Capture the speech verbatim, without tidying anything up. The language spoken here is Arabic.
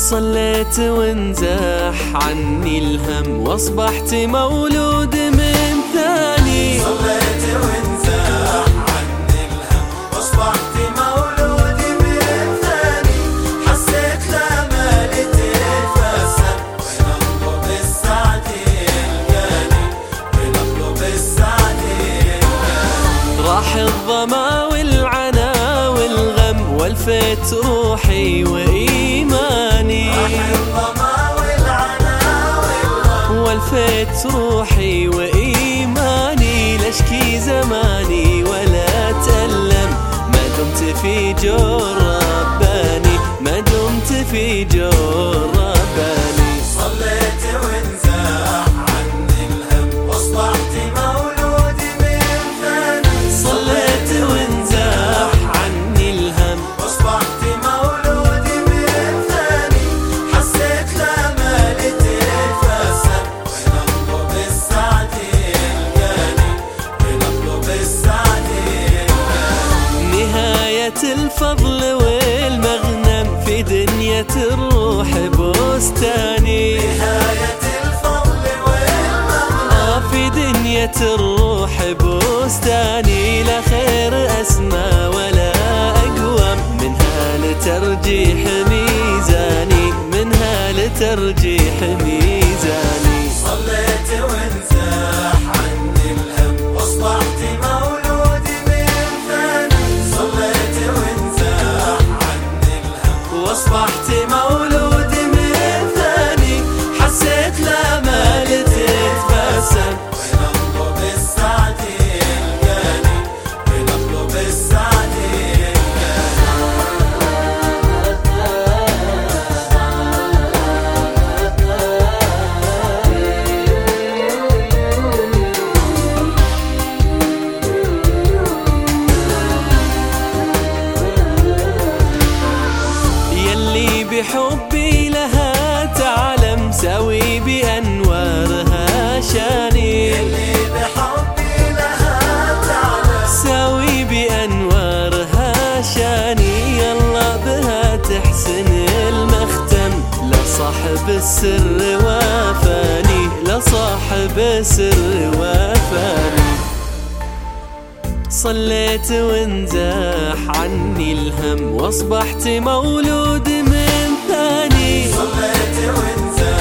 صليت وانزاح عني الهم واصبحت مولود من ثاني. صليت وانزاح عني الهم واصبحت مولود من ثاني. حسيت لما لتتفسد ونطلب السعد الجاني ونطلب السعد الجاني. راح الظما والعنا والغم والفت روحي وإيماني. راح الظما والعنا والغم والفت روحي وإيماني. لا اشكي زماني ولا أتألم ما دمت في جور رباني. ما دمت في جور رباني. صليت وانزاح عني الهم واصبحت مولود من ثاني. صليت وانزاح عني الهم واصبحت مولود من ثاني. حسيت لما لتتفسد ونطلب السعد الجاني ونطلب السعد الجاني. نهاية الفضل والمغنم في دنيا الروح بستاني. نهاية الفضل والمغنم آه في دنيا الروح بستاني. لا خير أسمى ولا أقوم منها لترجيح ميزاني. منها لترجيح ميزاني. صليت وانزاح عني الهم واصبحت مولود من ثاني. صليت وانزاح عني الهم واصبحت مولود من ثاني. حسيت لما لتتبسم ونطلب السعد الجاني ونطلب السعد الجاني. يلي بحبي لها تعلم سوي بأنوارها شاني. اللي بحبي لها تعلم سوي بأنوارها شاني. يلا بها تحسن المختم لصاحب السر وفاني. لصاحب السر وفاني. صليت وانزاح عني الهم واصبحت مولود من ثاني. صليت وانزاح